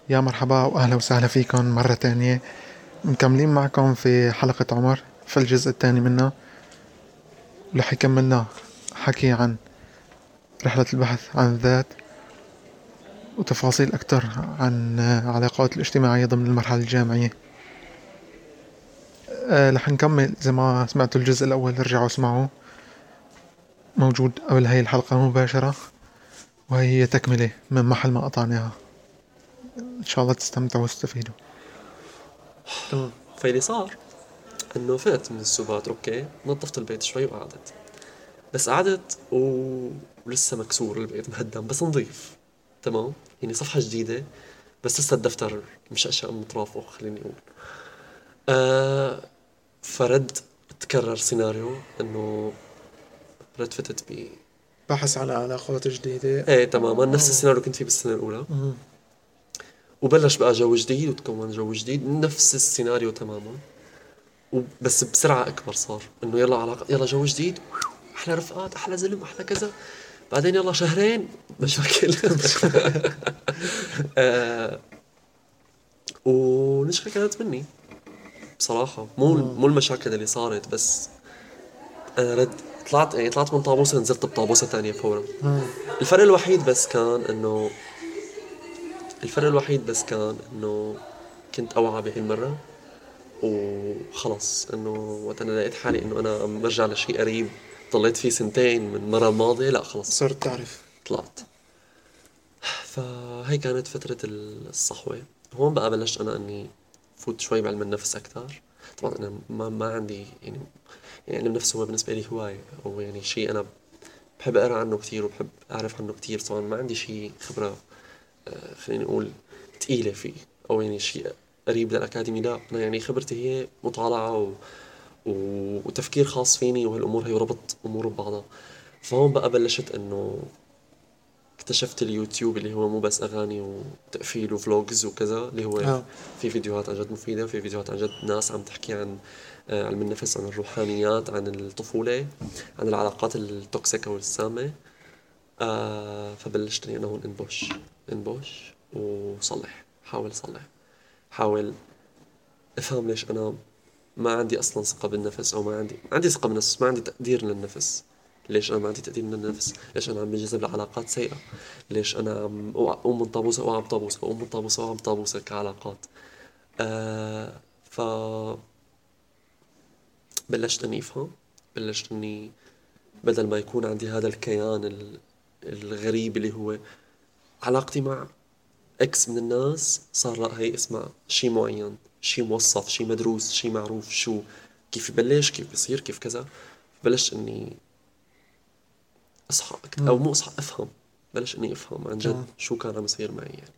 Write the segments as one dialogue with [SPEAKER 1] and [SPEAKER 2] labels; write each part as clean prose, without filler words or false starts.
[SPEAKER 1] يا مرحبا وأهلا وسهلا فيكم مرة تانية. مكملين معكم في حلقة عمر في الجزء الثاني منها، ورح يكملنا حكي عن رحلة البحث عن الذات وتفاصيل أكتر عن علاقات الاجتماعية ضمن المرحلة الجامعية. رح نكمل. إذا ما سمعتوا الجزء الأول ارجعوا اسمعوا، موجود قبل هاي الحلقة مباشرة، وهي تكملة من محل ما قطعناها. إن شاء الله تستمتعوا وتستفيدوا.
[SPEAKER 2] تمام. فاللي صار انه فقت من السبات، اوكي، نظفت البيت شوي وقعدت. بس قعدت ولسه مكسور البيت مهدم بس نظيف. تمام، يعني صفحة جديدة، بس لسه الدفتر مشقشق من اطرافه، خليني اقول. آه فرد تكرر سيناريو انه رد فتت
[SPEAKER 3] بحث عن علاقات جديدة.
[SPEAKER 2] ايه تماما نفس السيناريو اللي كنت فيه بالسنة الأولى. وبلش بقى جو جديد وتكون جو جديد، نفس السيناريو تماما، بس بسرعة أكبر. صار إنه يلا علاقة، يلا جو جديد، أحلى رفقات، أحلى زلم، أحلى كذا. بعدين يلا شهرين مشاكل. آه ونشرة كانت مني بصراحة، مو المشاكل اللي صارت، بس أنا طلعت من طابوسة، نزلت بطابوسة تانية فورا. الفرق الوحيد بس كان إنه كنت أوعى بهي المرة، وخلص انه وقت انا لقيت حالي انه انا عم برجع لشيء قريب ضليت فيه سنتين من المرة الماضية، لا خلص
[SPEAKER 3] صرت تعرف.
[SPEAKER 2] طلعت. فهي كانت فترة الصحوة. هون بقى بلشت انا اني فوت شوي بعلم النفس اكثر. طبعا انا ما عندي يعني علم النفس هو بالنسبة لي هواية، او يعني شيء انا بحب اقرا عنه كثير وبحب اعرف عنه كثير. طبعا ما عندي شيء خبرة، خليني اقول ثقيلة فيه، او يعني شيء قريب للأكاديمي. لا أنا يعني خبرتي هي مطالعة وتفكير خاص فيني وهالأمور هي، وربط أمور ببعضها. فهون بقى بلشت إنه اكتشفت اليوتيوب اللي هو مو بس أغاني وتقفيل وفلوجز وكذا، اللي هو في فيديوهات عن جد مفيدة، وفي فيديوهات عن جد ناس عم تحكي عن علم النفس، عن الروحانيات، عن الطفولة، عن العلاقات التوكسيك أو السامة. فبلشت أنا هون انبوش وصلح، حاول صلح، حاول افهم ليش انا ما عندي اصلا ثقة بالنفس، او ما عندي ثقة بالنفس، ما عندي تقدير للنفس. ليش انا ما عندي تقدير للنفس؟ ليش انا عم بنجذب لعلاقات سيئة؟ ليش انا عم اقوم من طابوسة واقع بطابوسة، اقوم من طابوسة واقع بطابوسة كعلاقات؟ آه ف بلشت اني افهم، بلشت اني بدل ما يكون عندي هذا الكيان الغريب اللي هو علاقتي مع اكس من الناس، صار لا، هي اسمها شيء معين، شيء موصف، شيء مدروس، شيء معروف، شو كيف يبلش، كيف بيصير، كيف كذا. بلش اني اصحى او مو اصحى، افهم. بلش اني افهم عن جد شو كان عم يصير معي يعني.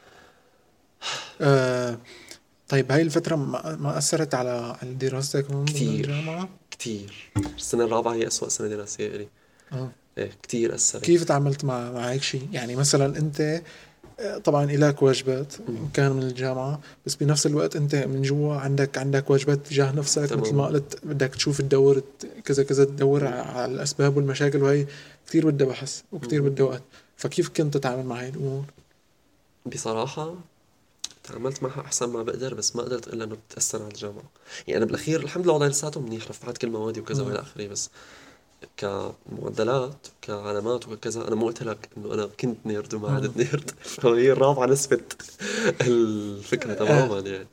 [SPEAKER 3] طيب هاي الفترة ما أثرت على دراستك من ضمن الجامعة؟
[SPEAKER 2] كتير. السنة الرابعة هي أسوأ سنة دراسية لي. إيه كتير أثرت.
[SPEAKER 3] كيف تعاملت مع هيك شيء؟ يعني مثلا أنت طبعا إلك واجبات كان من الجامعة، بس بنفس الوقت أنت من جوا عندك واجبات تجاه نفسك.
[SPEAKER 2] تمام.
[SPEAKER 3] مثل ما قلت بدك تشوف تدور كذا كذا، تدور على الأسباب والمشاكل، وهي كتير بدها بحث وكتير بدها وقت. فكيف كنت تتعامل مع هاي الأمور؟
[SPEAKER 2] بصراحة تعاملت معها أحسن ما بقدر، بس ما قدرت إلا إنه بتأثر على الجامعة. يعني أنا بالأخير الحمد لله وضعي لساته منيح، رفعت كل موادي وكذا وإلى آخره، بس كمعدلات وكعلامات وكذا أنا مو قلت لك إنه أنا كنت نيرد وما عدت نيرد. فهي الرابعة نسبت الفكرة تماما يعني.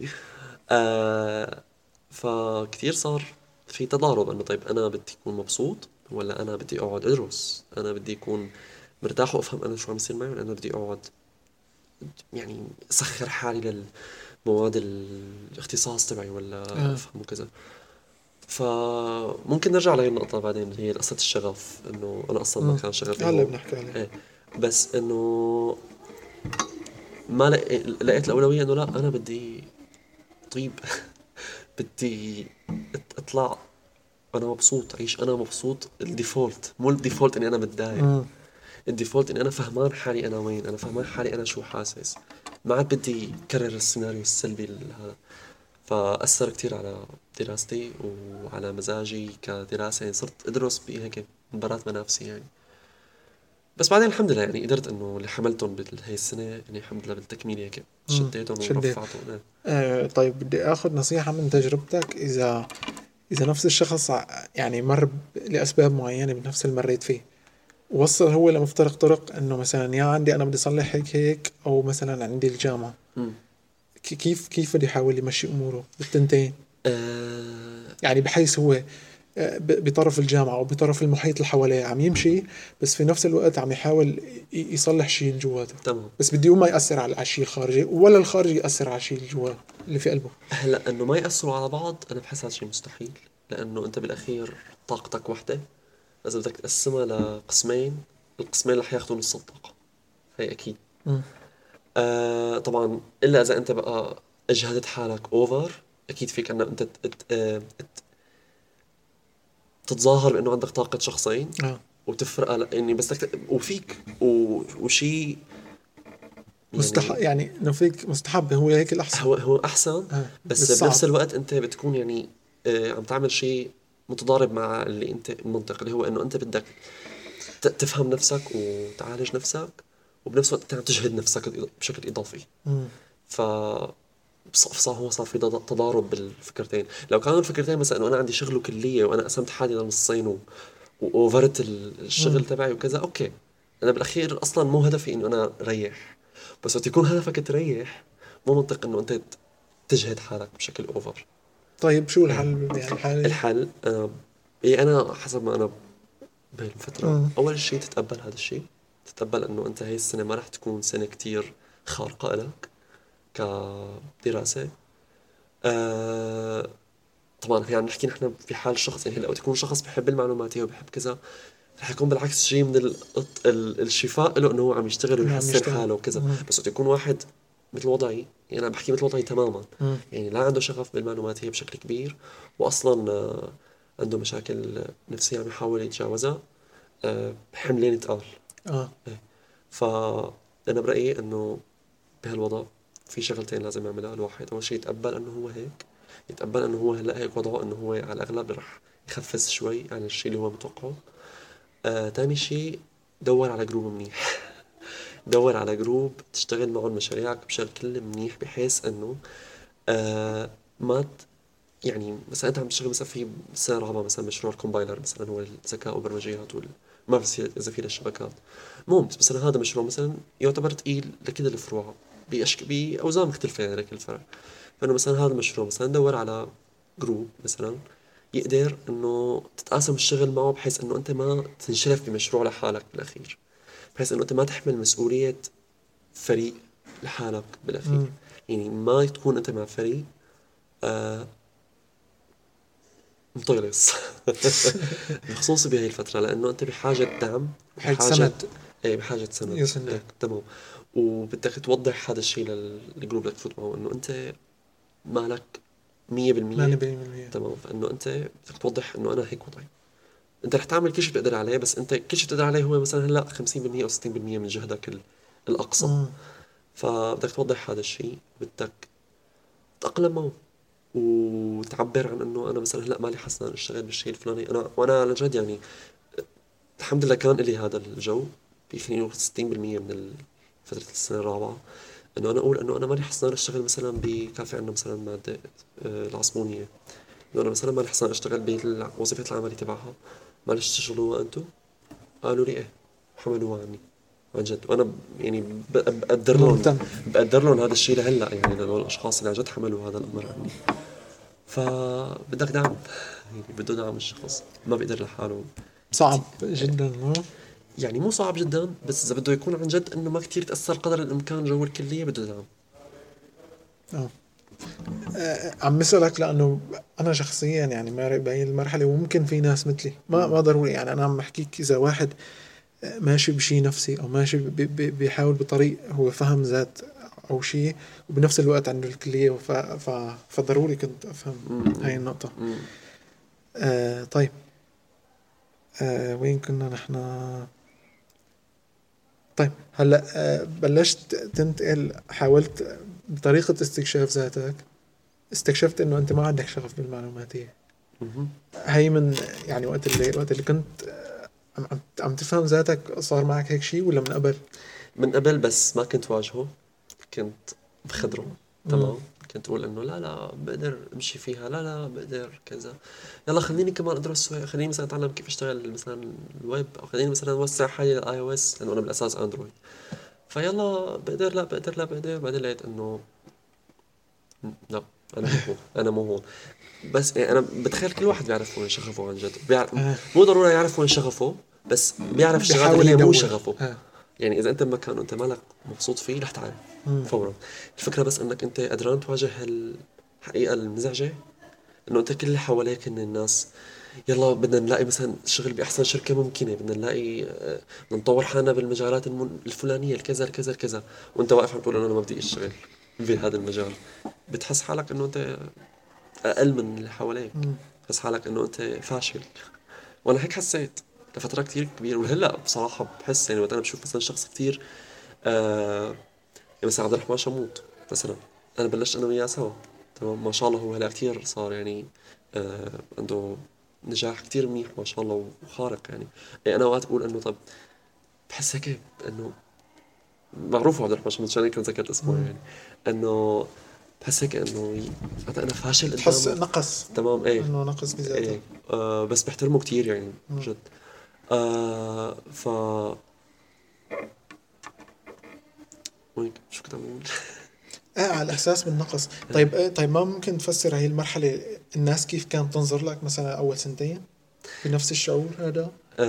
[SPEAKER 2] فكتير صار في تضارب إنه طيب أنا بدي أكون مبسوط، ولا أنا بدي أقعد أدرس؟ أنا بدي أكون مرتاح وأفهم أنا شو عم يصير معي، ولا أنا بدي أقعد يعني أسخر حالي للمواد الاختصاص تبعي، ولا أفهم وكذا. فممكن نرجع لهي النقطة بعدين، هي قصة الشغف، إنه أنا أصلا ما كان شغفي
[SPEAKER 3] هلا
[SPEAKER 2] هو
[SPEAKER 3] بنحكي عليه.
[SPEAKER 2] إيه. بس إنه ما لقيت الأولوية إنه لا، أنا بدي طيب. بدي أطلع أنا مبسوط، أعيش أنا مبسوط. الديفولت مو الديفولت إني أنا متضايق، الديفولت إني أنا فهمان حالي أنا وين، أنا فهمان حالي أنا شو حاسس. ما عاد بدي كرر السيناريو السلبي هذا. فأثر كتير على دراستي وعلى مزاجي كدراسة، يعني صرت أدرس بهيك مباراة منافسي يعني. بس بعدين الحمد لله يعني قدرت انه اللي حملتهم بهي السنه يعني الحمد لله بالتكميل هيك شديتهم
[SPEAKER 3] شديت.
[SPEAKER 2] ورفعتهم.
[SPEAKER 3] طيب بدي اخذ نصيحة من تجربتك، اذا نفس الشخص يعني مر لاسباب معينة بنفس اللي مريت فيه، وصل هو لمفترق طرق انه مثلا يا عندي انا بدي اصلح هيك او مثلا عندي الجامعة،
[SPEAKER 2] مم.
[SPEAKER 3] كيف بده يحاول يمشي اموره بالتنتين؟
[SPEAKER 2] آه
[SPEAKER 3] يعني بحيث هو بطرف الجامعة أو بطرف المحيط اللي حواليه عم يمشي، بس في نفس الوقت عم يحاول يصلح شيء جواته،
[SPEAKER 2] تمام.
[SPEAKER 3] بس بده ما يأثر على الشيء الخارجي ولا الخارجي يأثر على الشيء اللي جواه اللي في قلبه.
[SPEAKER 2] هلا انه ما ياثروا على بعض انا بحس هذا شيء مستحيل، لانه انت بالاخير طاقتك وحده، اذا بدك تقسمها لقسمين القسمين رح ياخذوا نص الطاقه، هي اكيد.
[SPEAKER 3] مم.
[SPEAKER 2] طبعا الا اذا انت بقى اجهدت حالك اوفر، اكيد فيك انه انت تتظاهر بانه عندك طاقه شخصين
[SPEAKER 3] آه.
[SPEAKER 2] وتفرقها يعني بس وفيك وشيء يعني
[SPEAKER 3] يعني إنه فيك مستحب هو هيك الأحسن.
[SPEAKER 2] هو احسن. بس
[SPEAKER 3] صعب.
[SPEAKER 2] بنفس الوقت انت بتكون يعني عم تعمل شيء متضارب مع اللي انت المنطق اللي هو انه انت بدك تفهم نفسك وتعالج نفسك، وبنفس الوقت انت عم تجهد نفسك بشكل اضافي.
[SPEAKER 3] مم.
[SPEAKER 2] ف هو صار في تضارب بالفكرتين. لو كانوا الفكرتين مثلا انه انا عندي شغل وكليه وانا قسمت حالي لنصين واوفرت الشغل تبعي وكذا، اوكي انا بالاخير اصلا مو هدفي انه انا ريح، بس وقت يكون هدفك تريح مو منطق انه انت تجهد حالك بشكل اوفر.
[SPEAKER 3] طيب شو الحل بهالحالة؟
[SPEAKER 2] الحل إيه انا حسب ما انا بهالفتره،
[SPEAKER 3] مم.
[SPEAKER 2] اول شيء تتقبل هذا الشيء، تتقبل انه انت هاي السنه ما رح تكون سنه كتير خارقه لك كدراسه. طبعا يعني نحكي نحن في حال شخص يعني لو تكون شخص بحب المعلوماتيه وبحب كذا، رح يكون بالعكس شيء من الشفاء له انه هو عم يشتغل
[SPEAKER 3] عم
[SPEAKER 2] ويحسن
[SPEAKER 3] يشتغل.
[SPEAKER 2] حاله وكذا.
[SPEAKER 3] مم.
[SPEAKER 2] بس وقت يكون واحد مثل وضعي، يعني انا بحكي مثل وضعي تماما،
[SPEAKER 3] مم.
[SPEAKER 2] يعني لا عنده شغف بالمعلوماتيه بشكل كبير، واصلا عنده مشاكل نفسيه عم يحاول يتجاوزها، حملين تقال.
[SPEAKER 3] آه.
[SPEAKER 2] فانا برايي انه بهالوضع في شغلتين لازم يعملها الواحد. اول شيء يتقبل انه هو هيك، يتقبل انه هو هلا هيك وضعه، انه هو على الاغلب رح يخفز شوي عن الشيء اللي هو متوقعه. تاني شيء دور على جروب منيح. دور على جروب تشتغل معهم مشاريعك بشكل منيح، بحيث انه ما يعني مثلا انت عم تشتغل مثلا في سنه رابعه مثلا مشروع الكومبايلر مثلا هو الذكاء والبرمجيات ما بعرف اذا في الشبكات، مو بس مثلا هذا مشروع مثلا يعتبر تقيل لكل الفروع باوزان مختلفه يعني لكل فرع. فانه مثلا هذا المشروع مثلا دور على جروب مثلا يقدر انه تتقاسم الشغل معه، بحيث انه انت ما تنشرف بمشروع لحالك بالاخير، بحيث انه انت ما تحمل مسؤوليه فريق لحالك بالاخير.
[SPEAKER 3] مم.
[SPEAKER 2] يعني ما تكون انت مع فريق مطيرس. خصوصي بهي الفترة، لأنه أنت بحاجة دعم،
[SPEAKER 3] بحاجة سند.
[SPEAKER 2] إيه بحاجة سند.
[SPEAKER 3] يسندك.
[SPEAKER 2] إيه تمام. وبدك توضح هذا الشيء للجروب اللي تفوت معه، إنه أنت مالك 100%.
[SPEAKER 3] 80%.
[SPEAKER 2] تمام. فإنه أنت بدك توضح إنه أنا هيك وضعي. أنت رح تعمل كل شيء بتقدر عليه، بس أنت كل شيء بتقدر عليه هو مثلا هلا 50% أو 60% من جهدك الأقصى.
[SPEAKER 3] مم.
[SPEAKER 2] فبدك توضح هذا الشيء، بدك تتأقلم معه وتعبر عن انه انا مثلا هلا مالي حسنا اشتغل بالشيء الفلاني. وانا على جد يعني الحمد لله كان لي هذا الجو بيخليني 60% من فترة السنة الرابعة، انه انا اقول انه انا مالي حسنا اشتغل مثلا كان في عندنا مثلا مادة العصبونية، انه انا مثلا مالي حسنا اشتغل بالوظيفة العملية تبعها، مالي تشتغلوها انتم؟ قالوا لي ايه، حملوها عني عن جد. وانا يعني بقدر لهم هذا الشيء لهلا، يعني لانه الاشخاص اللي عن جد حملوا هذا الامر عني. فبدك دعم، يعني بده دعم الشخص ما بيقدر لحاله.
[SPEAKER 3] صعب جدا.
[SPEAKER 2] يعني مو صعب جدا، بس اذا بده يكون عن جد انه ما كتير يتاثر قدر الامكان جو الكليه بده دعم.
[SPEAKER 3] عم بسألك لأنه أنا شخصيا يعني مارق بهي المرحلة، وممكن في ناس مثلي ما ضروري. يعني أنا عم بحكيك إذا واحد ماشي بشي نفسي أو ماشي بيحاول بطريق هو فهم ذات أو شيء، وبنفس الوقت عنده الكلية فضروري كنت أفهم هاي النقطة. طيب وين كنا نحن؟ طيب هلأ بلشت تنتقل، حاولت بطريقة استكشاف ذاتك استكشفت انه انت ما عندك شغف بالمعلوماتية. هي من يعني وقت اللي كنت عم تفهم ذاتك صار معك هيك شيء ولا من قبل؟
[SPEAKER 2] من قبل بس ما كنت واجهه، كنت بخدره. تمام. كنت اقول انه لا لا بقدر امشي فيها، لا لا بقدر كذا، يلا خليني كمان ادرس شوي، خليني مثلا اتعلم كيف اشتغل مثلا الويب، او خليني مثلا اوسع حالي للاي او اس لانه انا بالاساس اندرويد. فيلا بقدر، لا بقدر، لا بقدر، بعدين لقيت انه لا، انا مو هون، انا مو هون. بس يعني انا بتخيل كل واحد بيعرف وين شغفه عن جد، بيعرف.
[SPEAKER 3] آه.
[SPEAKER 2] مو ضروري يعرف وين شغفه، بس بيعرف الشغلات
[SPEAKER 3] بيحاول
[SPEAKER 2] اللي هي مو
[SPEAKER 3] يدور.
[SPEAKER 2] شغفه.
[SPEAKER 3] آه.
[SPEAKER 2] يعني اذا انت بمكان وانت مالك مبسوط فيه رح تعال فورا. الفكره بس انك انت قدران تواجه الحقيقه المزعجه، انه انت كل اللي حواليك ان الناس يلا بدنا نلاقي مثلا شغل باحسن شركه ممكنه، بدنا نلاقي بدنا نطور حالنا بالمجالات الفلانيه الكذا الكذا الكذا، وانت واقف عم تقول انه انا ما بدي اشتغل في هذا المجال. بتحس حالك انه انت اقل من اللي حواليك، بتحس حالك انه انت فاشل. وانا هيك حسيت لفتره كتير كبيره، وهلا بصراحه بحس يعني وقت انا بشوف مثلا شخص كتير يعني مثلا عبد الرحمن شموط مثلا، انا بلشت انا وياه سوا. تمام، ما شاء الله هو هلا كتير صار يعني عنده نجاح كتير منيح ما شاء الله وخارق يعني. يعني انا اوقات بقول انه طب بحس هيك انه معروف عبد الرحمن شموط عشان هيك ذكرت اسمه يعني، انه بحس هيك انه انا فاشل
[SPEAKER 3] تحس
[SPEAKER 2] قدامه.
[SPEAKER 3] نقص،
[SPEAKER 2] تمام ايه.
[SPEAKER 3] انه نقص بذاته.
[SPEAKER 2] ايه بس بحترمه كتير يعني جد. ف وين شو كنت عم بقول؟
[SPEAKER 3] على الاحساس بالنقص. طيب طيب ما ممكن تفسر هاي المرحله الناس كيف كانت تنظر لك مثلا اول سنتين بنفس الشعور هذا؟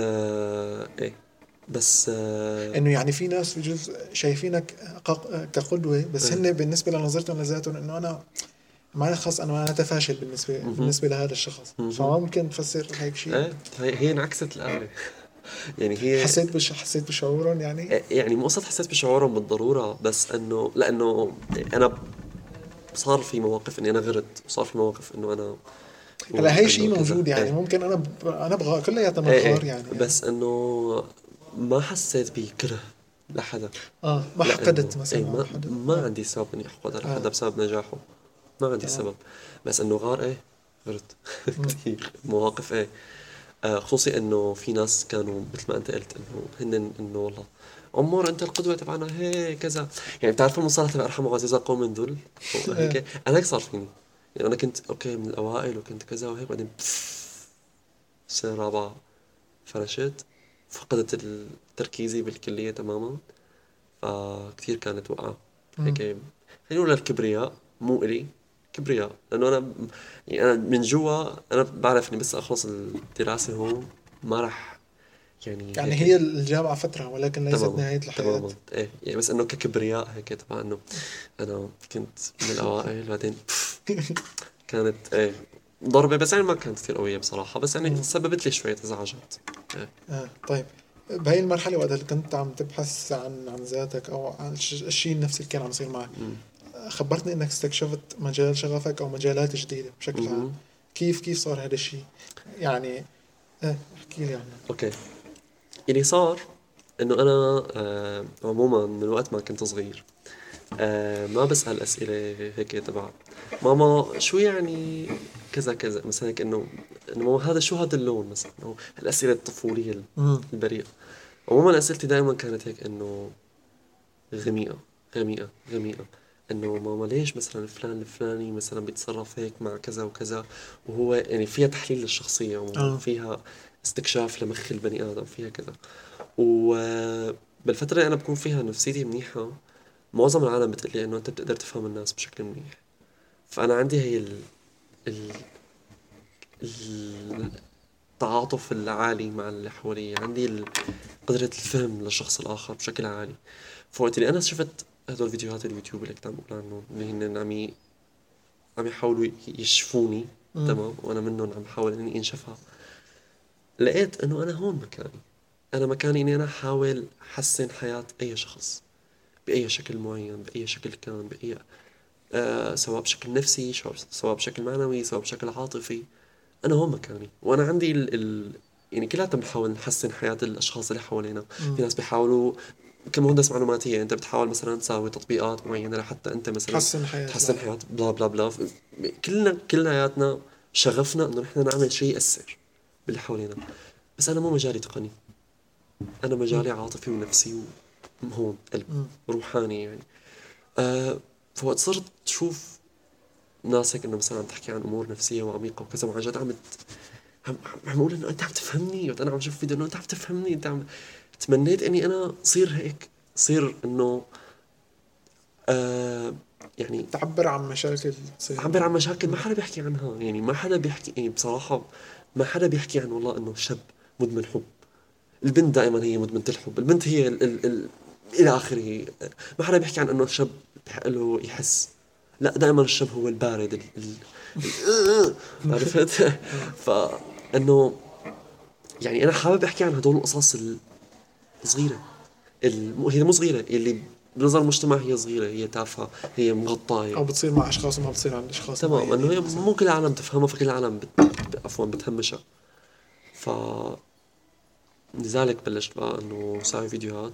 [SPEAKER 2] ايه بس
[SPEAKER 3] انه يعني في ناس بجوز شايفينك كقدوه، بس
[SPEAKER 2] ايه.
[SPEAKER 3] هن بالنسبه لنظرتهم لذاتهم انه انا ما خلص، انا فاشل
[SPEAKER 2] مهم.
[SPEAKER 3] بالنسبه لهذا الشخص،
[SPEAKER 2] مهم.
[SPEAKER 3] فما ممكن تفسر هيك شيء.
[SPEAKER 2] ايه هي انعكست الآلة. يعني هي
[SPEAKER 3] حسيت بشعورهم يعني.
[SPEAKER 2] يعني مو قصة حسيت بشعورهم بالضرورة، بس انه لانه انا صار في مواقف اني انا غرت، وصار في مواقف انه انا
[SPEAKER 3] هلا هي
[SPEAKER 2] انه
[SPEAKER 3] شيء
[SPEAKER 2] كذا
[SPEAKER 3] موجود يعني،
[SPEAKER 2] ايه.
[SPEAKER 3] ممكن انا ابغى كلياتنا
[SPEAKER 2] ايه
[SPEAKER 3] بغار
[SPEAKER 2] ايه.
[SPEAKER 3] يعني
[SPEAKER 2] بس انه ما حسيت بكره لحدا.
[SPEAKER 3] ما
[SPEAKER 2] لانه
[SPEAKER 3] حقدت
[SPEAKER 2] ايه
[SPEAKER 3] مثلا على
[SPEAKER 2] ما
[SPEAKER 3] حدا.
[SPEAKER 2] ما عندي سبب اني احقد على
[SPEAKER 3] اه
[SPEAKER 2] حدا بسبب نجاحه، ما عندي
[SPEAKER 3] تمام.
[SPEAKER 2] سبب. بس انه غار ايه، غرت
[SPEAKER 3] مم.
[SPEAKER 2] كثير مواقف ايه. خصوصي انه في ناس كانوا مثل ما انت قلت انه هن انه والله عمور انت القدوه تبعنا هيك كذا. يعني بتعرف المصطلح تبع ارحموا عزيزا قوم من ذل
[SPEAKER 3] آه.
[SPEAKER 2] هيك. انا هيك صار فيني، يعني انا كنت اوكي من الاوائل وكنت كذا وهيك، بعدين السنه الرابعه فرشت، فقدت تركيزي بالكليه تماما. فكتير كانت وقعه
[SPEAKER 3] مم.
[SPEAKER 2] هيك. خلينا نقول الكبرياء مو إلي كبرياء، لانه انا يعني انا من جوا انا بعرف اني بس اخلص الدراسه هون ما راح يعني
[SPEAKER 3] يعني
[SPEAKER 2] هيك.
[SPEAKER 3] هي الجامعة فترة ولكن ليست
[SPEAKER 2] تماما
[SPEAKER 3] نهاية الحياة.
[SPEAKER 2] تماما ايه. يعني بس انه ككبرياء هيك تبع انه انا كنت من الاوائل بعدين كانت ايه ضربة، بس يعني ما كانت كثير قوية بصراحة، بس يعني
[SPEAKER 3] مم.
[SPEAKER 2] سببت لي شوية ازعاجات. ايه.
[SPEAKER 3] طيب بهي المرحلة وقت اللي كنت عم تبحث عن ذاتك أو عن الشيء النفسي اللي كان عم يصير معك،
[SPEAKER 2] مم.
[SPEAKER 3] خبرتني إنك استكشفت مجال شغفك أو مجالات جديدة بشكل عام.
[SPEAKER 2] مهم.
[SPEAKER 3] كيف صار هذا الشيء يعني؟ احكي لي عنه.
[SPEAKER 2] اوكي. اللي صار انه انا عموما من وقت ما كنت صغير ما بسأل أسئلة هيك تبع ماما شو يعني كذا كذا مثلا، هيك إنه ماما هذا شو هذا اللون مثلا، أو الأسئلة الطفولية
[SPEAKER 3] مم.
[SPEAKER 2] البريئة. عموما أسئلتي دائما كانت هيك إنه غميقة غميقة غميقة. إنه ماما ليش مثلا فلان الفلاني مثلا بيتصرف هيك مع كذا وكذا، وهو يعني فيها تحليل للشخصية عموما،
[SPEAKER 3] اه
[SPEAKER 2] فيها استكشاف لمخ البني آدم، فيها كذا. وبالفترة اللي أنا بكون فيها نفسيتي منيحة، معظم العالم بتقلي انه انت بتقدر تفهم الناس بشكل منيح. فانا عندي هي التعاطف العالي مع اللي حوالي، عندي قدرة الفهم للشخص الآخر بشكل عالي. فوقت اللي أنا شفت هدول فيديوهات اليوتيوب اللي كنت عم بقول عنهم اللي هن عم يحاولوا يشفوني،
[SPEAKER 3] مم.
[SPEAKER 2] تمام، وأنا منهم عم حاول إني أنشفها، لقيت إنه أنا هون مكاني. أنا مكاني إني أنا أحاول أحسن حياة أي شخص بأي شكل معين، بأي شكل كان، بأي سواء بشكل نفسي، سواء بشكل معنوي، سواء بشكل عاطفي. أنا هون مكاني، وأنا عندي يعني كلاتنا بنحاول نحسن حياة الأشخاص اللي حوالينا.
[SPEAKER 3] مم.
[SPEAKER 2] في ناس بيحاولوا كمهندس معلوماتية أنت بتحاول مثلا تساوي تطبيقات معينة لحتى أنت مثلا
[SPEAKER 3] تحسن حياة
[SPEAKER 2] تحسن
[SPEAKER 3] العالم.
[SPEAKER 2] حياة بلا بلا بلا. كلياتنا شغفنا إنه نحن نعمل شيء يأثر باللي حوالينا. بس أنا مو مجالي تقني، انا مجالي عاطفي ونفسي وهون قلب روحاني يعني. فوقت صرت تشوف ناس هيك انه مثلا عم تحكي عن امور نفسيه وعميقه وكذا، وعن جد عم اقول انه انت عم تفهمني. وقت انا عم شوف فيديو انه انت عم تفهمني، انت عم تمنيت اني انا صير هيك، صير انه يعني
[SPEAKER 3] تعبر عن مشاكل تصير.
[SPEAKER 2] عبر عن مشاكل ما حدا بيحكي عنها. يعني ما حدا بيحكي، يعني بصراحة ما حدا بيحكي عن والله انه شاب مدمن حب. البنت دائما هي مدمنة الحب، البنت هي ال الى اخره. ما حدا بيحكي عن انه الشاب بحق له يحس. لا، دائما الشاب هو البارد عرفت؟ فانه يعني انا حابب احكي عن هدول القصص الصغيرة، هي مو صغيرة، اللي بنظر المجتمع هي صغيرة، هي تافهة، هي مغطاية
[SPEAKER 3] او بتصير مع اشخاص وما بتصير عند اشخاص
[SPEAKER 2] تمام. انه هي
[SPEAKER 3] معينين.
[SPEAKER 2] مو كل العالم تفهمها، فكل العالم عفوا بتهمشها. ف لذلك بلشت بقى انه ساوي فيديوهات.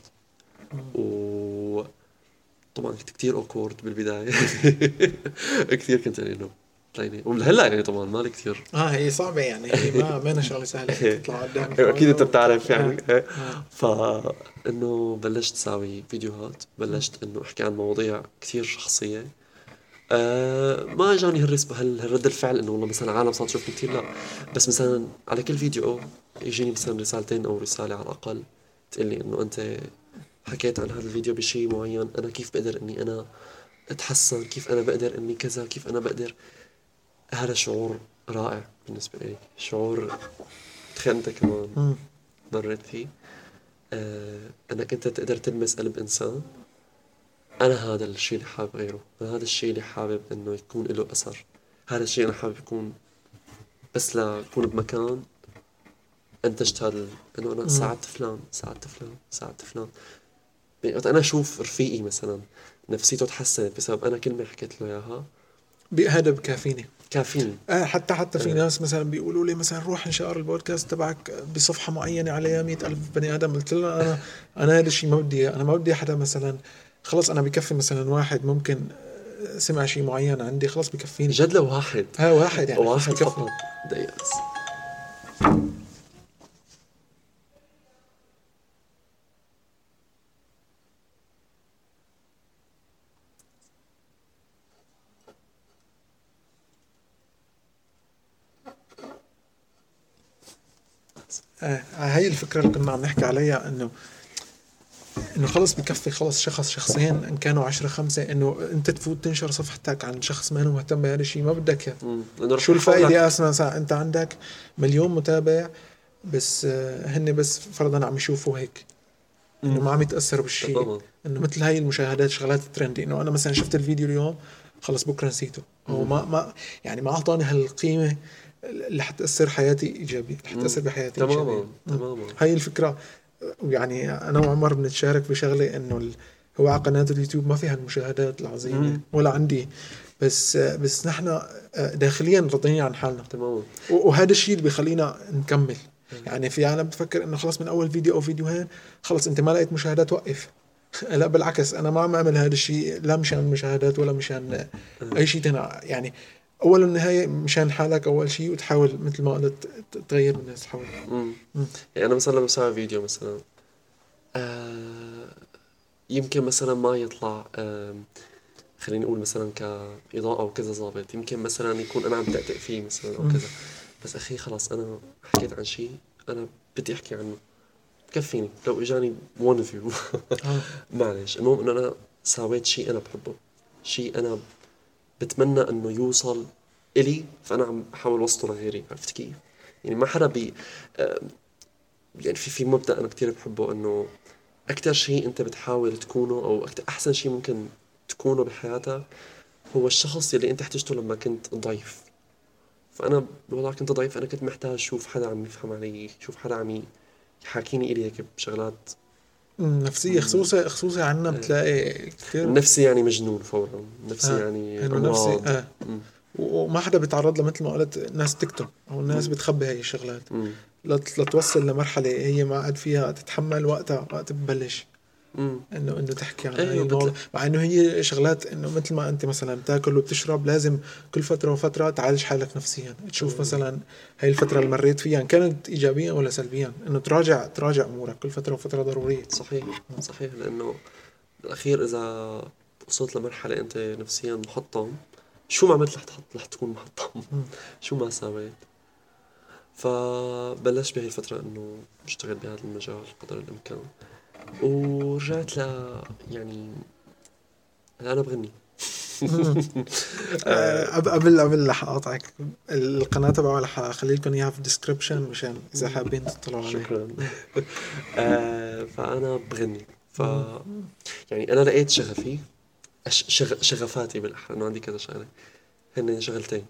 [SPEAKER 2] و طبعا كنت كتير اوكورد بالبداية كتير كنت يعني انه طلعيني، وهلا يعني طبعا مالي كتير.
[SPEAKER 3] هي صعبة يعني، هي ما شغلة سهلة تطلع قدام
[SPEAKER 2] اكيد انت بتعرف يعني.
[SPEAKER 3] آه.
[SPEAKER 2] فانه بلشت ساوي فيديوهات، بلشت انه احكي عن مواضيع كتير شخصية. ما اجاني هالرد الفعل انه والله مثلا عالم صارت تشوفني كثير، لا. بس مثلا على كل فيديو يجيني مثلا رسالتين او رسالة على الاقل تقول لي انه انت حكيت عن هذا الفيديو بشيء معين، انا كيف بقدر اني انا اتحسن، كيف انا بقدر اني كذا، كيف انا بقدر. هذا شعور رائع بالنسبة لي، شعور تخيل انت كمان مريت فيه. انك انت تقدر تلمس قلب انسان. انا هذا الشيء اللي حابب غيره، انا هذا الشيء اللي حابب انه يكون له اثر. هذا الشيء انا حابب يكون بس لكون بمكان انتجت انه انا ساعدت فلان، ساعدت فلان، ساعدت فلان. يعني وقت انا اشوف رفيقي مثلا نفسيته تحسنت بسبب انا كلمه حكيت له اياها،
[SPEAKER 3] هذا بكافيني.
[SPEAKER 2] كافيني.
[SPEAKER 3] حتى في ناس مثلا بيقولوا لي مثلا روح انشار البودكاست تبعك بصفحة معينة عليها 100,000 بني آدم. قلت له أنا هذا الشيء ما بدي إياه. أنا ما بدي حدا مثلا، خلص أنا بكفي مثلا واحد ممكن سمع شيء معين عندي، خلص بكفيني.
[SPEAKER 2] جد لو واحد،
[SPEAKER 3] واحد يعني
[SPEAKER 2] واحد
[SPEAKER 3] بكفي.
[SPEAKER 2] فقط. دقيقة بس.
[SPEAKER 3] هاي الفكرة اللي كنا عم نحكي عليها، انه خلص بكفي، خلص شخصين ان كانوا 10 5 انه انت تفوت تنشر صفحتك عن شخص ما هو مهتم بهذا الشيء، ما بدك شو الفائدة اصلا؟ انت عندك مليون متابع بس هن بس فرضا عم يشوفوا هيك، انه ما عم يتاثروا بالشيء. انه مثل هاي المشاهدات شغلات الترندي، انه انا مثلا شفت الفيديو اليوم خلص بكره نسيته، او ما يعني ما اعطاني هالقيمه اللي حتاثر حياتي ايجابي، اللي حتاثر بحياتي ايجابي.
[SPEAKER 2] تماما.
[SPEAKER 3] هاي الفكره. يعني انا وعمر بنتشارك بشغله، انه هو على قناه اليوتيوب ما فيها المشاهدات العظيمه ولا عندي، بس نحن داخليا راضيين عن حالنا
[SPEAKER 2] تماما.
[SPEAKER 3] وهذا الشيء اللي بيخلينا نكمل. يعني في عالم بتفكر انه خلص من اول فيديو او فيديوهين خلص انت ما لقيت مشاهدات وقف. لا بالعكس، انا ما عم اعمل هذا الشيء لا مشان المشاهدات ولا مشان اي شيء تاني. يعني اول والنهايه مشان حالك اول شيء، وتحاول مثل ما قلت تغير من الناس حولك.
[SPEAKER 2] يعني انا مثلا لما بسوي فيديو مثلا يمكن مثلا ما يطلع خليني اقول مثلا كاضاءه او كذا ظابط، يمكن مثلا يكون انا عم تأتئ فيه مثلا او كذا. بس اخي خلاص انا حكيت عن شيء انا بدي احكي عنه، بكفيني لو اجاني 1 فيو معلش. المهم انه انا سويت شيء انا بحبه، شيء انا بتمنى انه يوصل الي، فانا عم بحاول اوصله لغيري. عرفت كيف؟ يعني ما حدا يعني في مبدأ انا كتير بحبه، انه اكتر شيء انت بتحاول تكونه، او احسن شيء ممكن تكونه بحياتك هو الشخص اللي انت احتجته لما كنت ضعيف. فانا والله كنت ضعيف، انا كنت محتاج اشوف حدا عم يفهم علي، شوف حدا عم يحاكيني الي هيك بشغلات
[SPEAKER 3] نفسية. خصوصي عنا بتلاقي كثير
[SPEAKER 2] نفسي يعني مجنون فورا، نفسي يعني
[SPEAKER 3] نفسي وما حدا بيتعرض مثل ما قلت ناس تكتم، او الناس بتخبي هاي الشغلات لتوصل لمرحلة هي ما عاد فيها تتحمل وقت ببلش انه تحكي عن
[SPEAKER 2] أيوة
[SPEAKER 3] هاي الموضوع، مع انه هي شغلات انه مثل ما انت مثلا بتاكل وبتشرب لازم كل فتره وفتره تعالج حالك نفسيا، تشوف مثلا هاي الفتره اللي مريت فيها إن كانت ايجابيا ولا سلبيا، انه تراجع امورك كل فتره وفتره ضروريه.
[SPEAKER 2] صحيح لأنه بالأخير إذا وصلت لمرحلة أنت نفسيا محطم، شو ما عملت رح تكون محطم. شو ما سويت. فبلشت بهي الفترة إنه اشتغل بهذا المجال قدر الإمكان، ورجعت يعني أنا بغني.
[SPEAKER 3] قبل رح اقاطعك، القناه تبعه رح اخلي لكم اياها في الديسكربشن مشان اذا حابين تطلعوا عليه.
[SPEAKER 2] شكرا. فأنا بغني. يعني أنا لقيت شغفي، شغفاتي بالأحرى، إنه عندي كذا شغلة، هن شغلتين.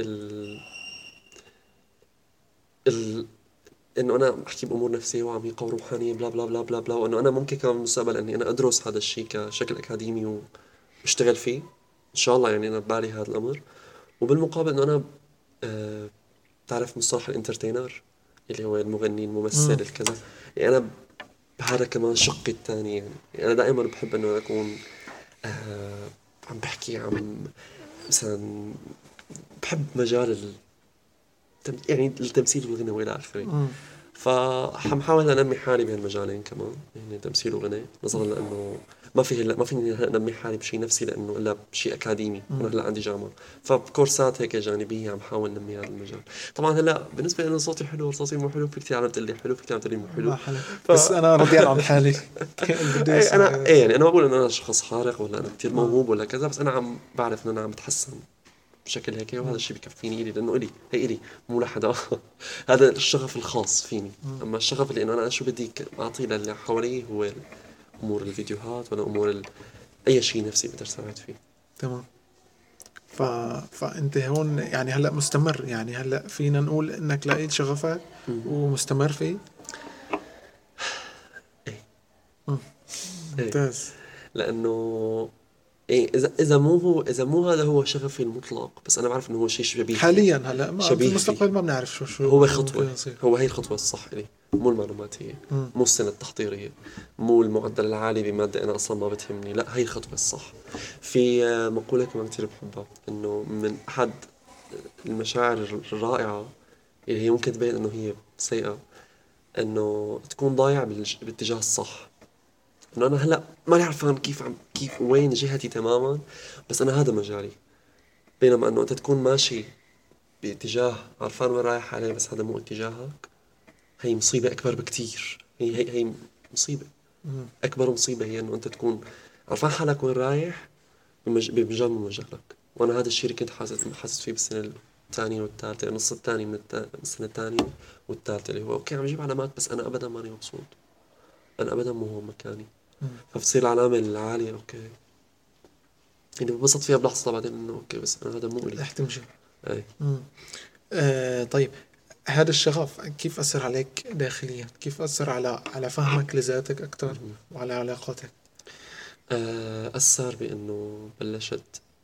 [SPEAKER 2] ال إنه أنا أحكي بأمور نفسية وعميقة وروحانية بلا بلا بلا بلا بلا، وإنه أنا ممكن كمان بالمستقبل إني أنا أدرس هذا الشيء كشكل أكاديمي واشتغل فيه إن شاء الله. يعني أنا ببالي هذا الأمر. وبالمقابل إنه أنا تعرف مصطلح الانترتينر اللي هو المغني الممثل الكذا، يعني أنا هذا كمان شقي الثاني. يعني أنا دائما بحب إنه أكون عم بحكي عم مثلا بحب مجال يعني التمثيل والغنى والى اخره. فححاول انمي حالي بهالمجالين كمان، يعني تمثيل وغنى، نظرا لانه ما فيني انمي حالي بشيء نفسي لانه الا بشيء اكاديمي. انا هلا عندي جامعه، فبكورسات هيك جانبيه عم حاول انمي هذا المجال. طبعا هلا بالنسبه لي صوتي حلو، صوتي مو حلو، في كثير عم تقول لي حلو، في كثير عم تقول لي مو حلو.
[SPEAKER 3] بس انا راضي عن حالي.
[SPEAKER 2] انا يعني انا ما بقول ان انا شخص خارق ولا انا كثير موهوب ولا كذا، بس انا عم بعرف ان انا عم بتحسن بشكل هيك، وهذا الشيء بكفيني إلي، لأنه هي إلي مو لحدا. هذا الشغف الخاص فيني. أما الشغف اللي إنه أنا شو بدي أعطيه للي حوالي هو أمور الفيديوهات ولا أمور أي شيء نفسي بقدر ساعد فيه.
[SPEAKER 3] تمام. فأنت هون يعني هلأ مستمر، يعني هلأ فينا نقول إنك لقيت شغفك ومستمر فيه.
[SPEAKER 2] إيه.
[SPEAKER 3] ممتاز.
[SPEAKER 2] لأنه إيه إذا مو هذا هو شغفي المطلق، بس أنا بعرف إنه هو شيء شبيه
[SPEAKER 3] حاليا هلا في المستقبل ما بنعرف شو
[SPEAKER 2] هو خطوة. هو هي الخطوة الصح لي، مو المعلوماتية، مو السنة التحضيرية، مو المعدل العالي بمادة أنا أصلا ما بتهمني. لا، هي الخطوة الصح. في مقولة كمان كتير بحبها، إنه من أحد المشاعر الرائعة اللي هي ممكن تبين إنه هي سيئة، إنه تكون ضايع بالاتجاه الصح. إنه أنا هلأ ماني عارفان كيف وين جهتي تماما، بس أنا هذا مجالي. بينما إنه أنت تكون ماشي باتجاه عارفان وين رايح عليه بس هذا مو اتجاهك، هي مصيبة أكبر بكتير. هي مصيبة أكبر. مصيبة هي إنه أنت تكون عارفان حالك وين رايح بمجال من مجالك. وأنا هذا الشيء اللي كنت حاسس فيه بالسنة الثانية والثالثة، النص الثاني من السنة الثانية والثالثة، اللي هو أوكي عم يجيب علامات بس أنا أبدا ماني مبسوط، أنا أبدا مو هو مكاني. فبتصير العلامة العالية أوكي، يعني ببسط فيها بلحظة، بعدين إنه أوكي بس أنا هذا مو إلي.
[SPEAKER 3] رح تمشي.
[SPEAKER 2] أي.
[SPEAKER 3] طيب، هذا الشغف كيف أثر عليك داخليا؟ كيف أثر على فهمك لذاتك أكتر وعلى علاقاتك؟
[SPEAKER 2] أثر بأنه بلشت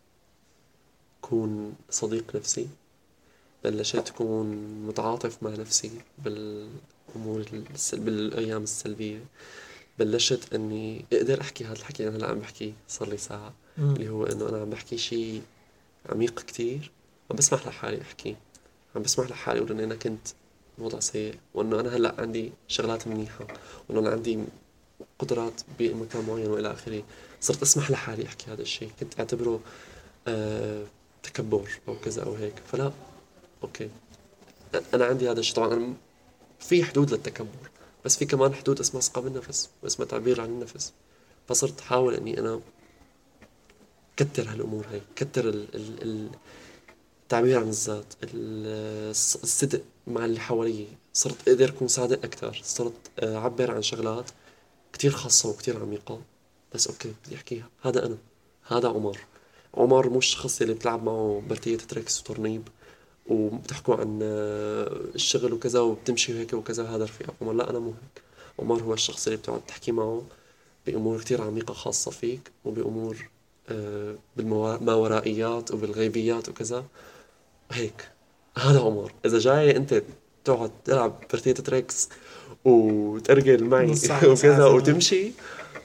[SPEAKER 2] كون صديق نفسي، بلشت كون متعاطف مع نفسي بالأمور بالأيام السلبية. بلشت أني أقدر أحكي هذا الحكي أنا هلا عم بحكي صار لي ساعة، اللي هو أنه أنا عم بحكي شيء عميق كتير، عم بسمح لحالي أحكي، عم بسمح لحالي أقول إني أنا كنت وضع سيء، وإنه أنا هلأ عندي شغلات منيحة، وإنه أنا عندي قدرات بمكان معين وإلى آخره. صرت أسمح لحالي أحكي هذا الشيء. كنت أعتبره تكبر أو كذا أو هيك، فلا، أوكي أنا عندي هذا الشيء. طبعا أنا في حدود للتكبر، بس في كمان حدود اسمها ثقة بالنفس واسمها تعبير عن النفس. فصرت أحاول إني أنا كتر هالأمور هاي، كتر التعبير عن الذات، الصدق مع اللي حوالي. صرت أقدر أكون صادق أكتر، صرت أعبر عن شغلات كتير خاصة وكتير عميقة، بس أوكي بدي أحكيها. هذا أنا، هذا عمر مو الشخص اللي بتلعب معه بلتية تريكس وتورنيب وبتحكوا عن الشغل وكذا وبتمشي هيك وكذا، هذا رفيق عمر. لا، أنا مو هيك. عمر هو الشخص اللي بتقعد تحكي معه بأمور كتير عميقة خاصة فيك، وبأمور بالماورائيات وبالغيبيات وكذا هيك. هذا عمر. إذا جاي أنت تقعد تلعب بلتية تريكس وتأرجل معي وكذا وتمشي،